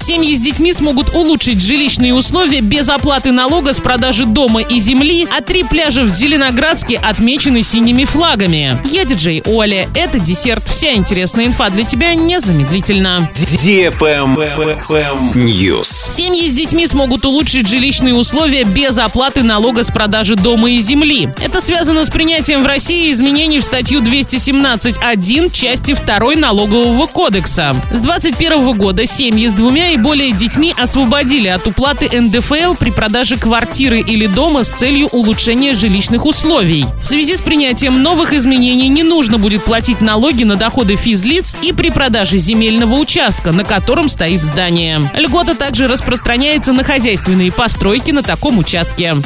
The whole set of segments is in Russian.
Семьи с детьми смогут улучшить жилищные условия без оплаты налога с продажи дома и земли, а 3 пляжа в Зеленоградске отмечены синими флагами. Я диджей Оля. Это десерт. Вся интересная инфа для тебя незамедлительно. News. Семьи с детьми смогут улучшить жилищные условия без оплаты налога с продажи дома и земли. Это связано с принятием в России изменений в статью 217.1 части 2 Налогового кодекса. С 2021 года семьи с 2 и более детьми освободили от уплаты НДФЛ при продаже квартиры или дома с целью улучшения жилищных условий. В связи с принятием новых изменений не нужно будет платить налоги на доходы физлиц и при продаже земельного участка, на котором стоит здание. Льгота также распространяется на хозяйственные постройки на таком участке.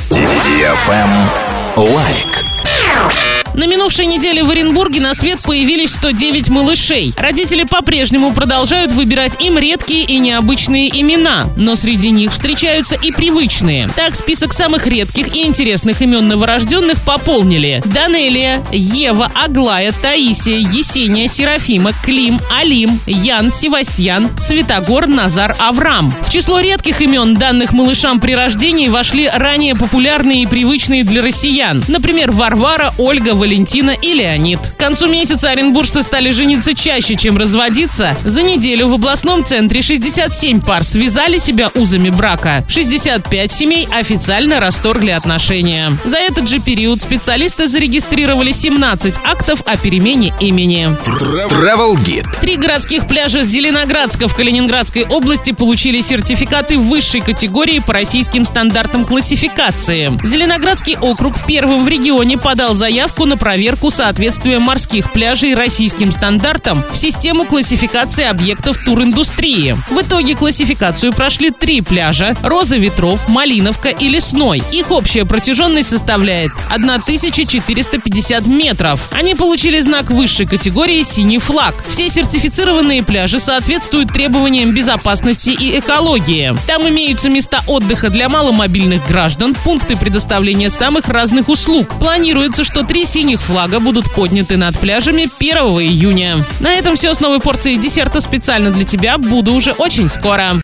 Лайк. На минувшей неделе в Оренбурге на свет появились 109 малышей. Родители по-прежнему продолжают выбирать им редкие и необычные имена, но среди них встречаются и привычные. Так, список самых редких и интересных имен новорожденных пополнили: Данелия, Ева, Аглая, Таисия, Есения, Серафима, Клим, Алим, Ян, Севастьян, Святогор, Назар, Авраам. В число редких имен, данных малышам при рождении, вошли ранее популярные и привычные для россиян. Например, Варвара, Ольга, Валентина и Леонид. К концу месяца оренбуржцы стали жениться чаще, чем разводиться. За неделю в областном центре 67 пар связали себя узами брака. 65 семей официально расторгли отношения. За этот же период специалисты зарегистрировали 17 актов о перемене имени. Travel Guide. 3 городских пляжа Зеленоградска в Калининградской области получили сертификаты высшей категории по российским стандартам классификации. Зеленоградский округ первым в регионе подал заявку на проверку соответствия морских пляжей российским стандартам в систему классификации объектов туриндустрии. В итоге классификацию прошли 3 пляжа: Роза ветров, Малиновка и Лесной. Их общая протяженность составляет 1450 метров. Они получили знак высшей категории «Синий флаг». Все сертифицированные пляжи соответствуют требованиям безопасности и экологии. Там имеются места отдыха для маломобильных граждан, пункты предоставления самых разных услуг. Планируется, что 3 синих флага будут подняты над пляжами 1 июня. На этом все с новой порцией десерта специально для тебя. Буду уже очень скоро.